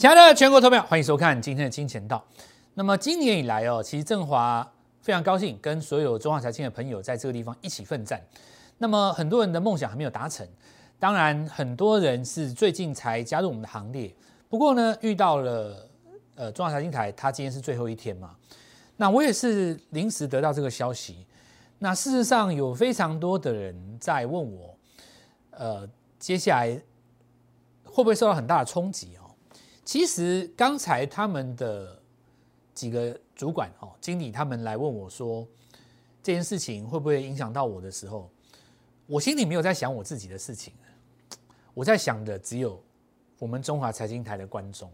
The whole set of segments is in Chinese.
亲爱的全国投票，欢迎收看今天的金钱道。那么今年以来其实振华非常高兴跟所有中华财经的朋友在这个地方一起奋战。那么很多人的梦想还没有达成，当然很多人是最近才加入我们的行列。不过呢，遇到了中华财经台，它今天是最后一天嘛。那我也是临时得到这个消息。那事实上有非常多的人在问我，接下来会不会受到很大的冲击？其实刚才他们的几个主管经理他们来问我说这件事情会不会影响到我的时候，我心里没有在想我自己的事情，我在想的只有我们中华财经台的观众。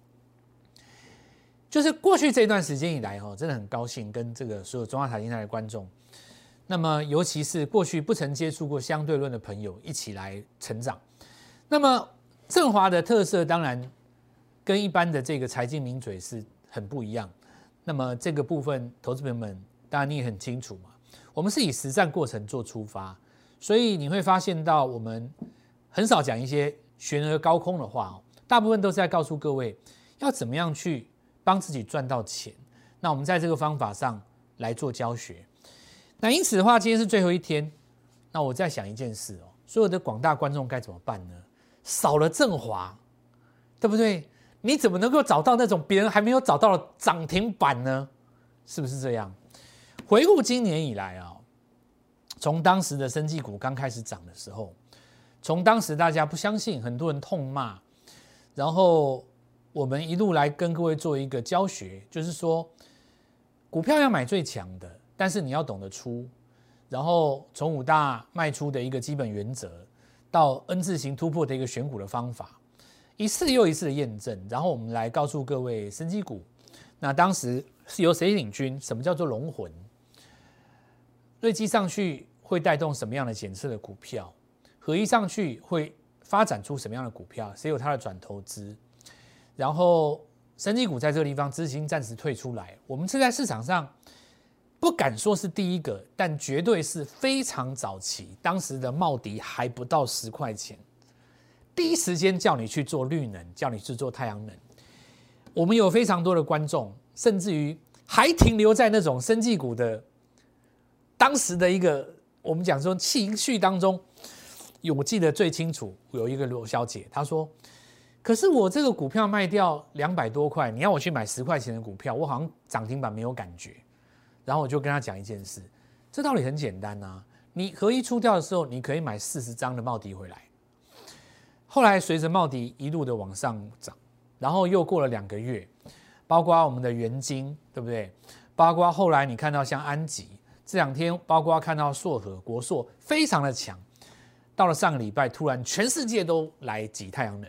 就是过去这段时间以来真的很高兴跟这个所有中华财经台的观众，那么尤其是过去不曾接触过相对论的朋友一起来成长。那么振华的特色当然跟一般的这个财经名嘴是很不一样。那么这个部分投资朋友们当然你也很清楚嘛，我们是以实战过程做出发，所以你会发现到我们很少讲一些悬而高空的话，大部分都是在告诉各位要怎么样去帮自己赚到钱。那我们在这个方法上来做教学。那因此的话，今天是最后一天，那我在想一件事所有的广大观众该怎么办呢？少了振华，对不对？你怎么能够找到那种别人还没有找到的涨停板呢？是不是这样？回顾今年以来从当时的生技股刚开始涨的时候，从当时大家不相信，很多人痛骂，然后我们一路来跟各位做一个教学，就是说股票要买最强的，但是你要懂得出，然后从5大卖出的一个基本原则，到 N 字形突破的一个选股的方法，一次又一次的验证，然后我们来告诉各位生技股，那当时是由谁领军？什么叫做龙魂？瑞基上去会带动什么样的检测的股票？合一上去会发展出什么样的股票？谁有它的转投资？然后生技股在这个地方资金暂时退出来，我们是在市场上不敢说是第一个，但绝对是非常早期，当时的茂迪还不到10块钱。第一时间叫你去做绿能，叫你去做太阳能。我们有非常多的观众，甚至于还停留在那种生技股的当时的一个我们讲说情绪当中。我记得最清楚，有一个罗小姐，她说：“可是我这个股票卖掉200多块，你要我去买10块钱的股票，我好像涨停板没有感觉。”然后我就跟她讲一件事，这道理很简单啊，你合一出掉的时候，你可以买40张的茂迪回来。后来随着茂迪一路的往上涨，然后又过了2个月，包括我们的元晶，对不对？包括后来你看到像安吉，这2天包括看到硕和、国硕非常的强，到了上个礼拜突然全世界都来挤太阳能。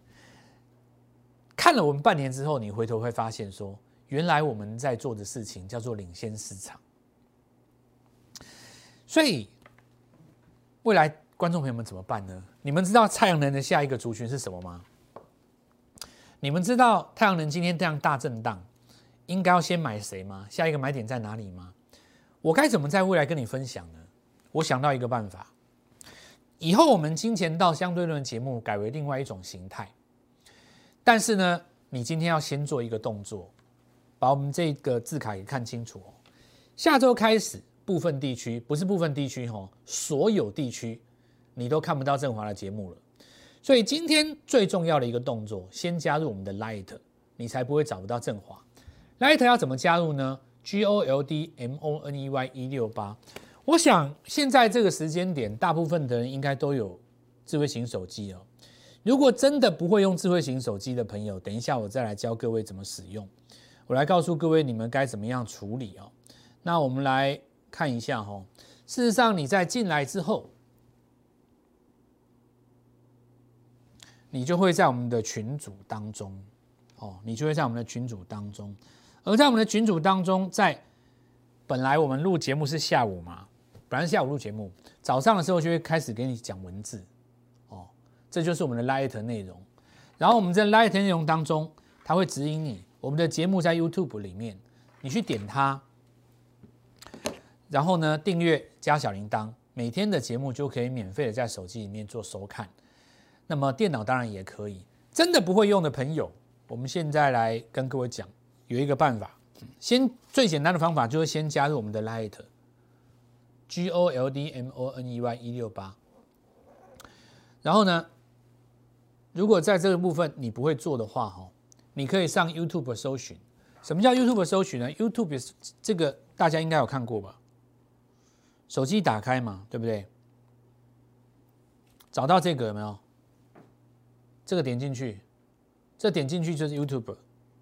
看了我们半年之后，你回头会发现说，原来我们在做的事情叫做领先市场。所以未来观众朋友们怎么办呢？你们知道太阳能的下一个族群是什么吗？你们知道太阳能今天这样大震荡，应该要先买谁吗？下一个买点在哪里吗？我该怎么在未来跟你分享呢？我想到一个办法，以后我们金钱道相对论节目改为另外一种形态，但是呢，你今天要先做一个动作，把我们这个字卡给看清楚下周开始，部分地区不是部分地区所有地区你都看不到振华的节目了。所以今天最重要的一个动作，先加入我们的 Light， 你才不会找不到振华。Light 要怎么加入呢？ GOLDMONEY 168。我想现在这个时间点，大部分的人应该都有智慧型手机如果真的不会用智慧型手机的朋友，等一下我再来教各位怎么使用。我来告诉各位你们该怎么样处理那我们来看一下事实上你在进来之后，你就会在我们的群组当中而在我们的群组当中，在本来我们录节目是下午嘛，本来是下午录节目，早上的时候就会开始给你讲文字这就是我们的 Light 内容。然后我们在 Light 内容当中，它会指引你，我们的节目在 YouTube 里面，你去点它，然后呢订阅加小铃铛，每天的节目就可以免费的在手机里面做收看。那么电脑当然也可以。真的不会用的朋友， 我们现在来跟各位讲，有一个办法，最简单的方法就是先加入我们的 Goldmoney 168，然后呢，如果在这个部分你不会做的话，你可以上 YouTube 搜寻。什么叫 YouTube 搜寻呢 ？YouTube 这个大家应该有看过吧？手机打开嘛，对不对？找到这个有没有？这个点进去，这点进去就是 YouTube。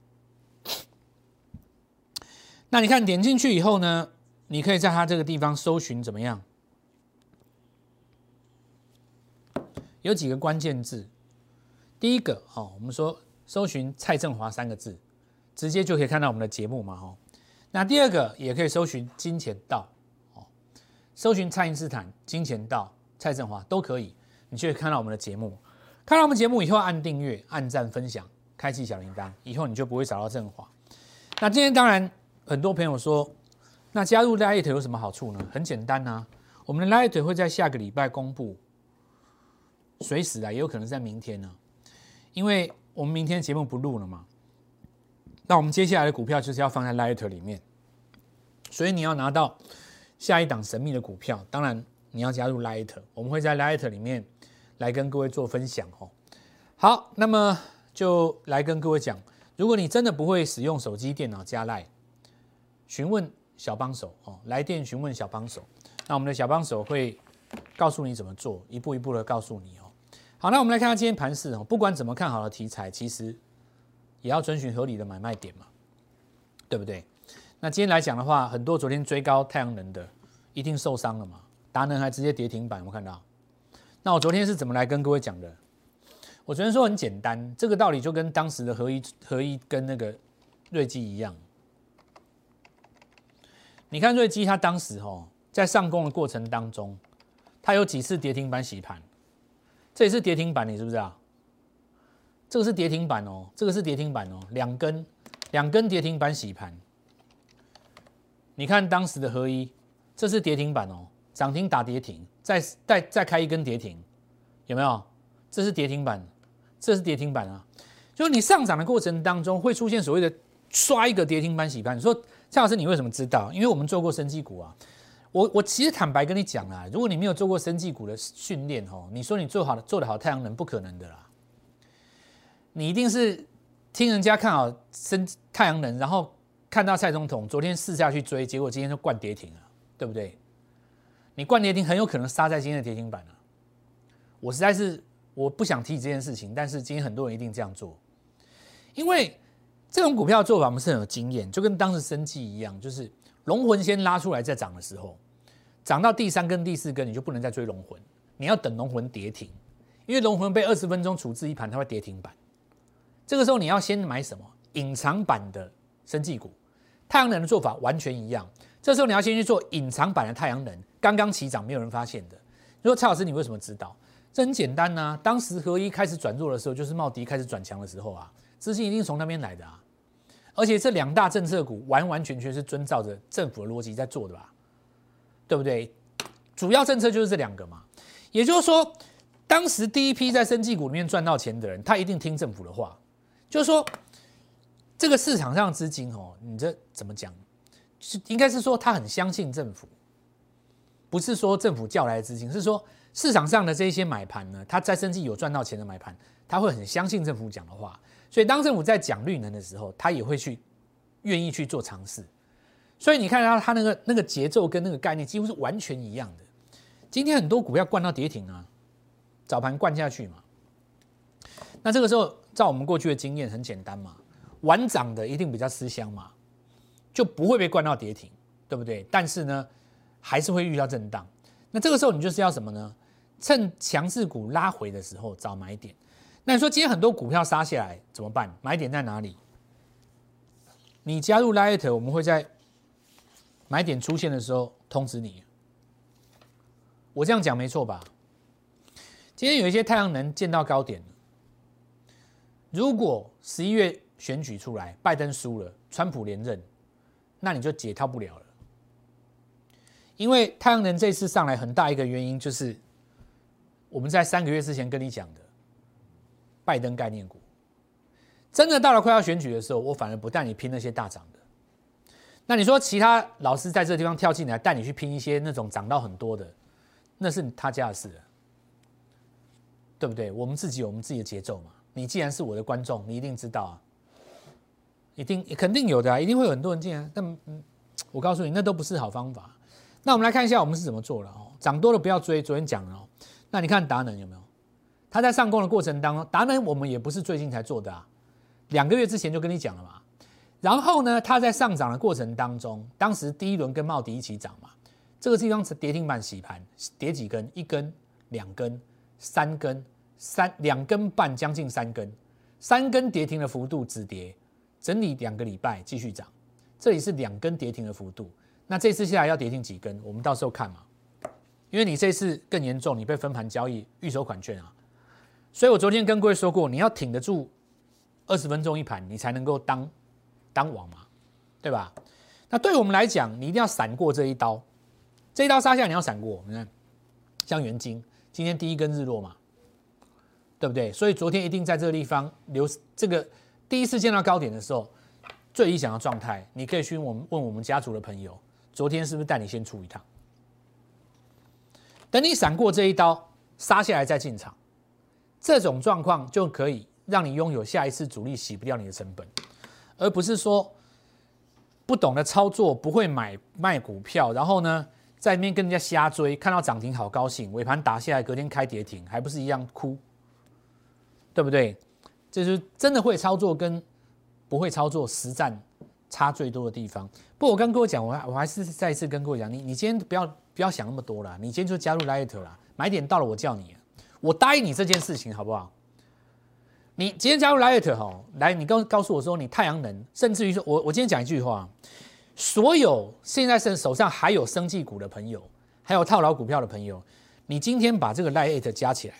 那你看点进去以后呢，你可以在它这个地方搜寻怎么样？有几个关键字。第一个，我们说搜寻蔡正华3个字。直接就可以看到我们的节目嘛，那第二个也可以搜寻金钱道，搜寻蔡因斯坦、金钱道、蔡正华都可以，你就会看到我们的节目。看到我们节目以后，按订阅、按赞、分享、开启小铃铛，以后你就不会找到正华。那今天当然很多朋友说，那加入 Lite 有什么好处呢？很简单啊，我们的 Lite 会在下个礼拜公布，随时也有可能在明天呢，因为我们明天节目不录了嘛。那我们接下来的股票就是要放在 Lite 里面，所以你要拿到下一档神秘的股票，当然你要加入 Lite， 我们会在 Lite 里面来跟各位做分享。好，那么就来跟各位讲，如果你真的不会使用手机、电脑加 Lite， 询问小帮手，来电询问小帮手，那我们的小帮手会告诉你怎么做，一步一步的告诉你。好，那我们来看看今天盘势，不管怎么看好的题材，其实也要遵循合理的买卖点嘛，对不对？那今天来讲的话，很多昨天追高太阳能的一定受伤了嘛，达能还直接跌停板，有没有看到？那我昨天是怎么来跟各位讲的？我昨天说很简单，这个道理就跟当时的合一跟那个瑞基一样。你看瑞基，它当时在上攻的过程当中，它有几次跌停板洗盘，这也是跌停板，你知不知道？这个是跌停板哦，这个是跌停板哦，两根跌停板洗盘。你看当时的合一，这是跌停板哦，涨停打跌停，再开一根跌停，有没有？这是跌停板，这是跌停板啊。就是你上涨的过程当中会出现所谓的刷一个跌停板洗盘。你说蔡老师你为什么知道？因为我们做过生技股啊。我其实坦白跟你讲啦，如果你没有做过生技股的训练你说你做得好太阳能不可能的啦。你一定是听人家看好太阳能，然后看到蔡总统昨天试下去追，结果今天就灌跌停了，对不对？你灌跌停很有可能杀在今天的跌停板了。我实在是我不想提起这件事情，但是今天很多人一定这样做，因为这种股票做法我们是很有经验，就跟当时生技一样，就是龙魂先拉出来再涨的时候，涨到第3根、第4根，你就不能再追龙魂，你要等龙魂跌停，因为龙魂被20分钟处置一盘，它会跌停板。这个时候你要先买什么？隐藏版的生技股，太阳能的做法完全一样。这时候你要先去做隐藏版的太阳能，刚刚起涨没有人发现的。你说蔡老师你为什么知道？这很简单啊，当时合一开始转弱的时候，就是茂迪开始转强的时候啊，资金一定从那边来的啊。而且这2大政策股完完全全是遵照着政府的逻辑在做的吧，对不对？主要政策就是这2个嘛。也就是说，当时第一批在生技股里面赚到钱的人，他一定听政府的话。就是说，这个市场上的资金你这怎么讲？应该是说他很相信政府，不是说政府叫来的资金，是说市场上的这些买盘呢，他在生技有赚到钱的买盘，他会很相信政府讲的话，所以当政府在讲绿能的时候，他也会愿意去做尝试。所以你看到他那个节奏跟那个概念几乎是完全一样的。今天很多股票灌到跌停啊，早盘灌下去嘛，那这个时候照我们过去的经验很简单嘛，晚涨的一定比较吃香嘛，就不会被灌到跌停，对不对？但是呢，还是会遇到震荡。那这个时候你就是要什么呢？趁强势股拉回的时候找买点。那你说今天很多股票杀下来怎么办？买点在哪里？你加入 Lite， 我们会在买点出现的时候通知你。我这样讲没错吧？今天有一些太阳能见到高点了。如果11月选举出来，拜登输了，川普连任，那你就解套不了了。因为太阳能这次上来很大一个原因就是我们在3个月之前跟你讲的拜登概念股。 真的到了快要选举的时候，我反而不带你拼那些大涨的。那你说其他老师在这个地方跳进来带你去拼一些那种涨到很多的，那是他家的事了，对不对？我们自己有我们自己的节奏嘛。你既然是我的观众，你一定知道啊，肯定有的啊，一定会有很多人进来。但我告诉你，那都不是好方法。那我们来看一下我们是怎么做的哦。涨多了不要追，昨天讲了哦。那你看达能有没有？他在上攻的过程当中，达能我们也不是最近才做的啊，2个月之前就跟你讲了嘛。然后呢，它在上涨的过程当中，当时第一轮跟茂迪一起涨嘛，这个地方是跌停板洗盘，跌几根？1根、2根、3根、2根半，将近3根，3根跌停的幅度止跌，整理2个礼拜继续涨，这里是2根跌停的幅度。那这次下来要跌停几根？我们到时候看嘛，因为你这次更严重，你被分盘交易预收款券啊，所以我昨天跟各位说过，你要挺得住20分钟一盘，你才能够当王嘛，对吧？那对我们来讲，你一定要闪过这一刀，这一刀杀下你要闪过。你看，像元晶今天第一根日落嘛，对不对？所以昨天一定在这个地方留这个第一次见到高点的时候，最理想的状态，你可以去问我们家族的朋友，昨天是不是带你先出一趟？等你闪过这一刀，杀下来再进场，这种状况就可以让你拥有下一次主力洗不掉你的成本。而不是说不懂得操作，不会卖股票，然后呢，在那边跟人家瞎追，看到涨停好高兴，尾盘打下来，隔天开跌停，还不是一样哭，对不对？这就是真的会操作跟不会操作实战差最多的地方。不过我刚跟我讲，我还是再一次跟各位讲，你今天不要想那么多啦，你今天就加入 Lite 啦，买点到了我叫你，我答应你这件事情好不好？你今天加入 Lite 哈，来，你告诉我说你太阳能，甚至于说我今天讲一句话，所有现在手上还有生技股的朋友，还有套牢股票的朋友，你今天把这个 Lite 加起来，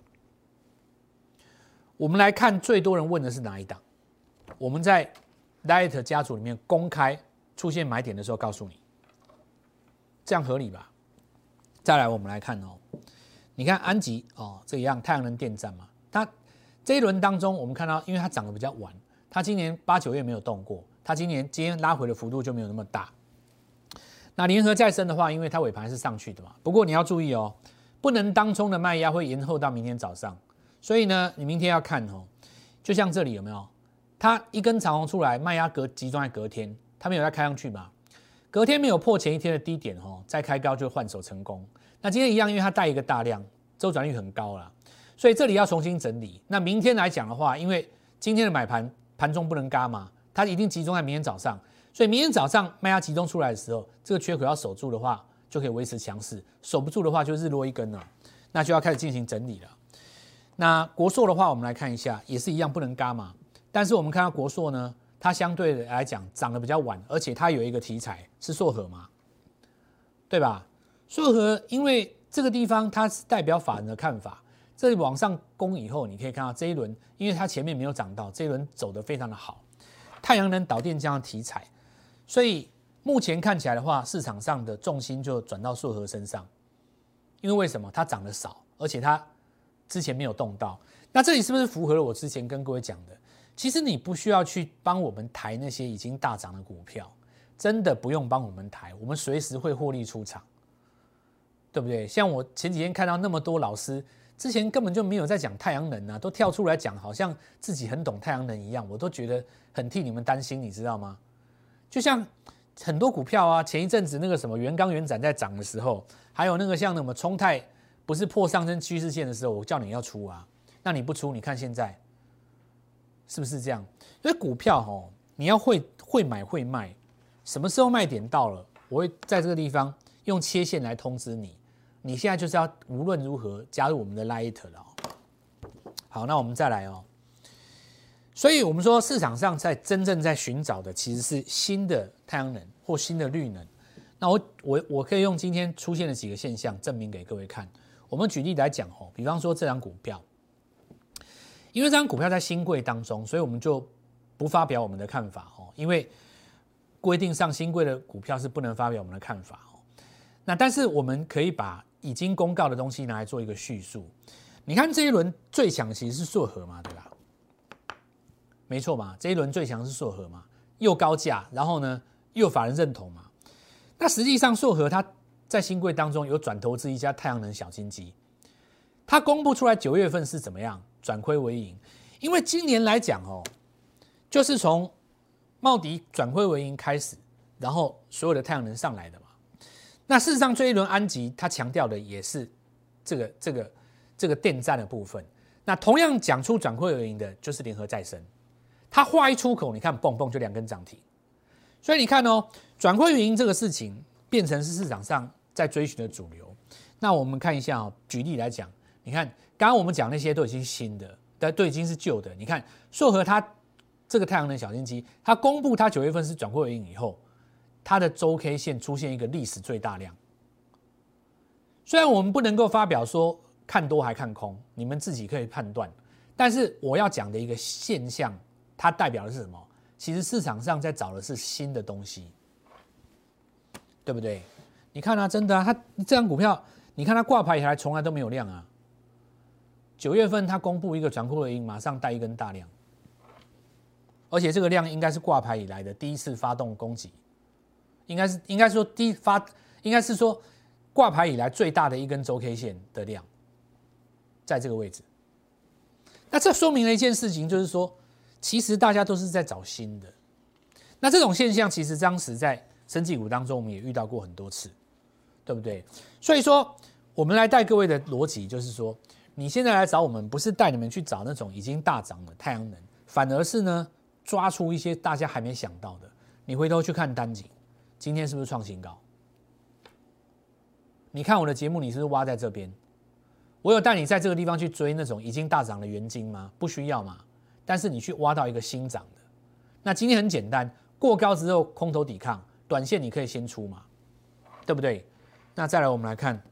我们来看最多人问的是哪一档？我们在 Lite 家族里面公开出现买点的时候告诉你，这样合理吧？再来我们来看哦，你看安吉哦，这一样太阳能电站嘛，它这一轮当中，我们看到，因为它涨得比较晚，它今年8、9月没有动过，它今天拉回的幅度就没有那么大。那联合再生的话，因为它尾盘是上去的嘛，不过你要注意哦，不能当冲的卖压会延后到明天早上，所以呢，你明天要看哦，就像这里有没有，它一根长红出来，卖压集中在隔天，它没有再开上去嘛，隔天没有破前一天的低点哦，再开高就换手成功。那今天一样，因为它带一个大量，周转率很高啦。所以这里要重新整理。那明天来讲的话，因为今天的买盘中不能嘎嘛，它一定集中在明天早上。所以明天早上卖压集中出来的时候，这个缺口要守住的话，就可以维持强势；守不住的话，就日落一根了，那就要开始进行整理了。那国硕的话，我们来看一下，也是一样不能嘎嘛。但是我们看到国硕呢，它相对的来讲涨得比较晚，而且它有一个题材是硕核嘛，对吧？硕核因为这个地方它是代表法人的看法。这里往上攻以后，你可以看到这一轮，因为它前面没有涨到，这一轮走得非常的好。太阳能导电这样的题材，所以目前看起来的话，市场上的重心就转到硕核身上。因为为什么？它涨得少，而且它之前没有动到。那这里是不是符合了我之前跟各位讲的？其实你不需要去帮我们抬那些已经大涨的股票，真的不用帮我们抬，我们随时会获利出场，对不对？像我前几天看到那么多老师。之前根本就没有在讲太阳能啊，都跳出来讲，好像自己很懂太阳能一样，我都觉得很替你们担心，你知道吗？就像很多股票啊，前一阵子那个什么元刚元展在涨的时候，还有那个像什么冲泰不是破上升趋势线的时候，我叫你要出啊，那你不出，你看现在是不是这样？所以股票哦，你要会买会卖，什么时候卖点到了，我会在这个地方用切线来通知你。你现在就是要无论如何加入我们的 Lite 了哦。好，那我们再来哦。所以我们说市场上真正在寻找的其实是新的太阳能或新的绿能。那我可以用今天出现的几个现象证明给各位看。我们举例来讲哦，比方说这张股票，因为这张股票在新贵当中，所以我们就不发表我们的看法哦，因为规定上新贵的股票是不能发表我们的看法哦。那但是我们可以把已经公告的东西拿来做一个叙述。你看这一轮最强其实是硕核嘛，对吧？ 没错嘛，这一轮最强是硕禾嘛，又高价，然后呢又法人认同嘛。那实际上硕禾它在新贵当中有转投资一家太阳能小金鸡，它公布出来9月份是怎么样转亏为盈？因为今年来讲哦，就是从茂迪转亏为盈开始，然后所有的太阳能上来的嘛。那事实上这一轮安吉他强调的也是这个电站的部分。那同样讲出转亏为盈的就是联合再生，他话一出口，你看蹦蹦就2根涨停。所以你看哦，转亏为盈这个事情变成是市场上在追寻的主流。那我们看一下哦，举例来讲，你看刚刚我们讲那些都已经是新的，但都已经是旧的。你看硕禾它这个太阳能小金鸡，它公布它9月份是转亏为盈以后，它的周 K 线出现一个历史最大量。虽然我们不能够发表说看多还看空，你们自己可以判断。但是我要讲的一个现象，它代表的是什么？其实市场上在找的是新的东西，对不对？你看啊，真的啊，它这张股票，你看它挂牌以来从来都没有量啊。9月份它公布一个转亏为盈，马上带一根大量，而且这个量应该是挂牌以来的第一次发动攻击，应该说应该是说挂牌以来最大的一根周 K 线的量，在这个位置。那这说明了一件事情，就是说，其实大家都是在找新的。那这种现象，其实当时在生技股当中，我们也遇到过很多次，对不对？所以说，我们来带各位的逻辑就是说，你现在来找我们，不是带你们去找那种已经大涨的太阳能，反而是呢，抓出一些大家还没想到的。你回头去看单井，今天是不是创新高？你看我的节目，你是不是挖在这边？我有带你在这个地方去追那种已经大涨的元晶吗？不需要嘛。但是你去挖到一个新涨的，那今天很简单，过高之后空头抵抗，短线你可以先出嘛，对不对？那再来我们来看，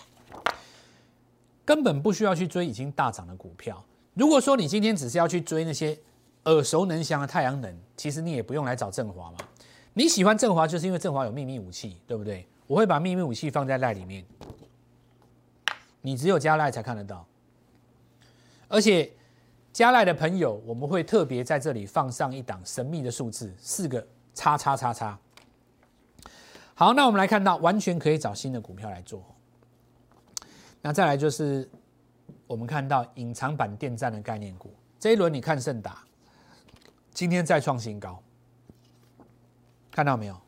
根本不需要去追已经大涨的股票。如果说你今天只是要去追那些耳熟能详的太阳能，其实你也不用来找振华嘛。你喜欢振华，就是因为振华有秘密武器，对不对？我会把秘密武器放在LINE里面，你只有加LINE才看得到。而且加LINE的朋友，我们会特别在这里放上一档神秘的数字，4个叉叉叉叉。好，那我们来看到完全可以找新的股票来做。那再来就是我们看到隐藏版电站的概念股，这一轮你看盛达，今天再创新高，看到没有？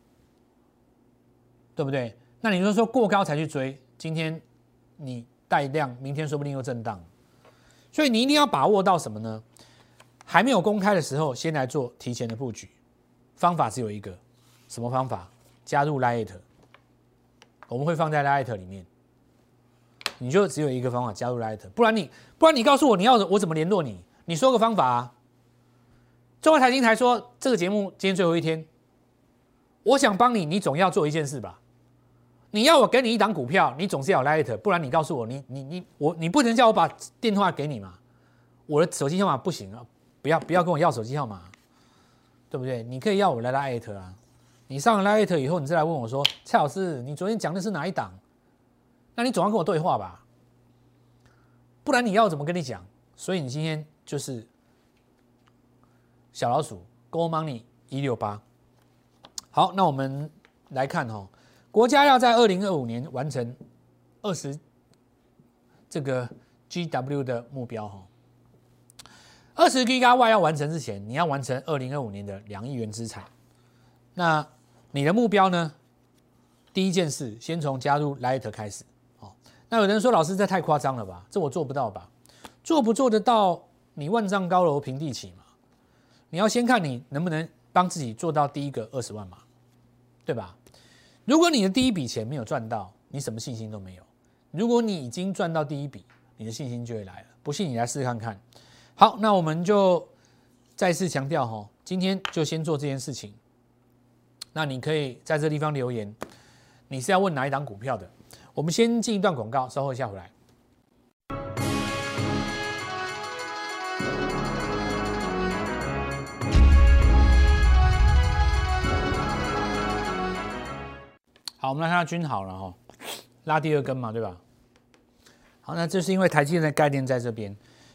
对不对？那你就说过高才去追，今天你带量，明天说不定又震荡，所以你一定要把握到什么呢？还没有公开的时候，先来做提前的布局。方法只有一个，什么方法？加入 Lite， 我们会放在 Lite 里面。你就只有一个方法，加入 Lite， 不然你告诉我你要我怎么联络你？你说个方法啊！中国财经台说这个节目今天最后一天，我想帮你，你总要做一件事吧？你要我给你一档股票，你总是要 Lite， 不然你告诉我，你不能叫我把电话给你嘛？我的手机号码不行啊，不要跟我要手机号码，对不对？你可以要我来 Lite 啊。你上了 Lite 以后，你再来问我说，蔡老师，你昨天讲的是哪一档？那你总要跟我对话吧，不然你要怎么跟你讲？所以你今天就是小老鼠 Go Money 168。好，那我们来看哦，国家要在2025年完成20这个 GW 的目标哈。20 GW 要完成之前，你要完成2025年的2亿元资产。那你的目标呢？第一件事，先从加入 Lite 开始。那有人说，老师这太夸张了吧？这我做不到吧？做不做得到？你万丈高楼平地起嘛。你要先看你能不能帮自己做到第一个20万嘛，对吧？如果你的第一笔钱没有赚到，你什么信心都没有。如果你已经赚到第一笔，你的信心就会来了。不信你来试试看看。好，那我们就再次强调哈，今天就先做这件事情。那你可以在这地方留言，你是要问哪一档股票的？我们先进一段广告，稍后一下回来。好，我们来看下均好了哈，拉第2根嘛，对吧？好，那这是因为台积电的概念在这边，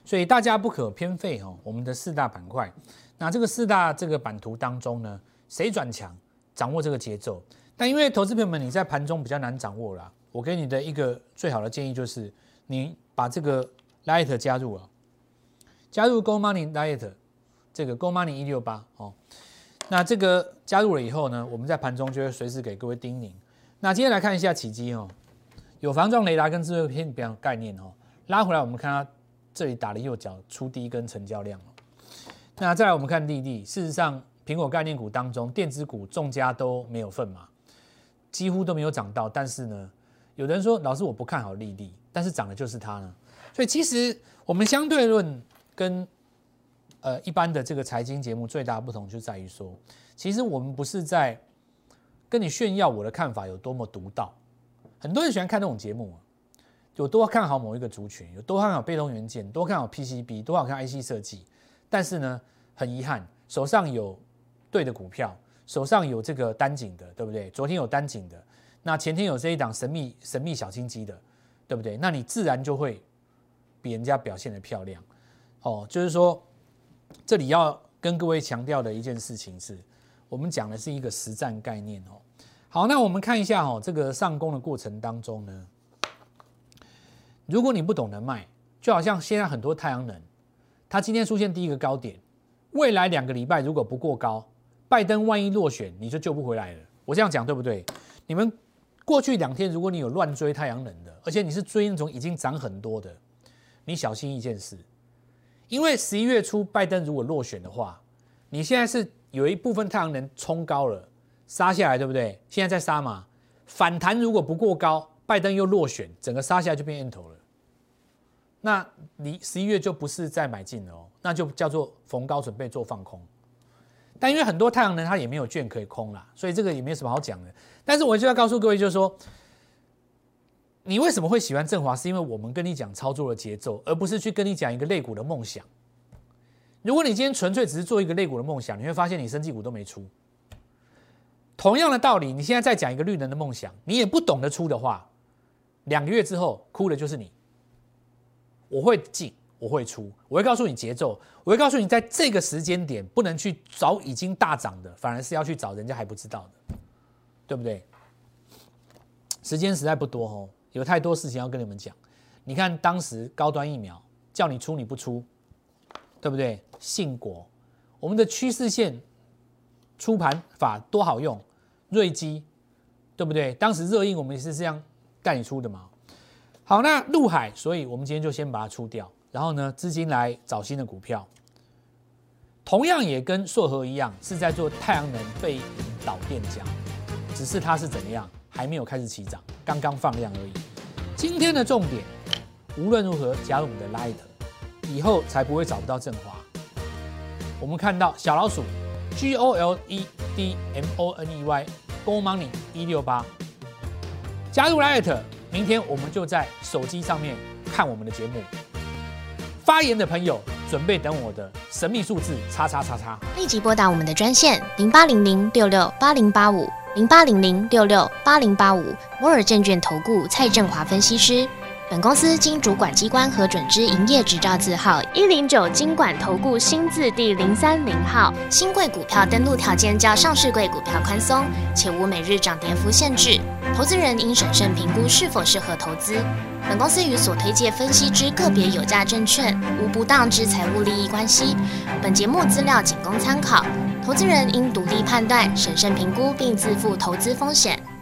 所以大家不可偏废我们的4大板块。那这个4大这个版图当中呢，谁转强，掌握这个节奏。但因为投资朋友们你在盘中比较难掌握啦，我给你的一个最好的建议就是你把这个 Lite 加入了，加入 Go Money Lite 这个 Go Money 168那这个加入了以后呢，我们在盘中就会随时给各位叮咛。那今天来看一下奇迹有防撞雷达跟智慧片表概念拉回来，我们看它这里打了右脚出第一根成交量那再来我们看利率，事实上苹果概念股当中，电子股重家都没有份嘛，几乎都没有涨到。但是呢，有人说老师我不看好利率，但是涨的就是它呢。所以其实我们相对论跟一般的这个财经节目最大的不同就在于说，其实我们不是在跟你炫耀我的看法有多么独到。很多人喜欢看那种节目有多看好某一个族群，有多看好被动元件，多看好 PCB， 多看好 IC 设计。但是呢，很遗憾，手上有对的股票，手上有这个单井的，对不对？昨天有单井的，那前天有这一档神秘小金鸡的，对不对？那你自然就会比人家表现得漂亮。就是说，这里要跟各位强调的一件事情是，我们讲的是一个实战概念好，那我们看一下这个上攻的过程当中呢，如果你不懂得卖，就好像现在很多太阳能，它今天出现第一个高点，未来2个礼拜如果不过高，拜登万一落选，你就救不回来了。我这样讲对不对？你们过去2天，如果你有乱追太阳能的，而且你是追那种已经涨很多的，你小心一件事，因为11月初拜登如果落选的话，你现在是有一部分太阳能冲高了，杀下来，对不对？现在在杀嘛，反弹如果不过高，拜登又落选，整个杀下来就变end头了。那你11月就不是再买进了那就叫做逢高准备做放空。但因为很多太阳能它也没有券可以空啦，所以这个也没什么好讲的。但是我就要告诉各位，就是说，你为什么会喜欢振华，是因为我们跟你讲操作的节奏，而不是去跟你讲一个类股的梦想。如果你今天纯粹只是做一个类股的梦想，你会发现你生技股都没出。同样的道理，你现在再讲一个绿能的梦想，你也不懂得出的话，2个月之后哭的就是你。我会进，我会出，我会告诉你节奏，我会告诉你在这个时间点不能去找已经大涨的，反而是要去找人家还不知道的，对不对？时间实在不多有太多事情要跟你们讲。你看当时高端疫苗叫你出你不出，对不对？信国，我们的趋势线出盘法多好用，瑞基，对不对？当时热映我们也是这样带你出的嘛。好，那陆海，所以我们今天就先把它出掉，然后呢，资金来找新的股票，同样也跟硕禾一样，是在做太阳能被引导电浆，只是它是怎么样，还没有开始起涨，刚刚放量而已。今天的重点，无论如何加入我们的 Lite， 以后才不会找不到振华。我们看到小老鼠 GOLEDMONEY Go Money 168，加入 Lite。明天我们就在手机上面看我们的节目。发言的朋友准备等我的神秘数字XXXX， 立即拨打我们的专线08006680850800668085摩尔证券投顾蔡正华分析师。本公司经主管机关核准之营业执照字号109金管投顾新字第030号。新贵股票登录条件较上市贵股票宽松，且无每日涨跌幅限制。投资人应审慎评估是否适合投资。本公司与所推介分析之个别有价证券无不当之财务利益关系。本节目资料仅供参考，投资人应独立判断、审慎评估并自负投资风险。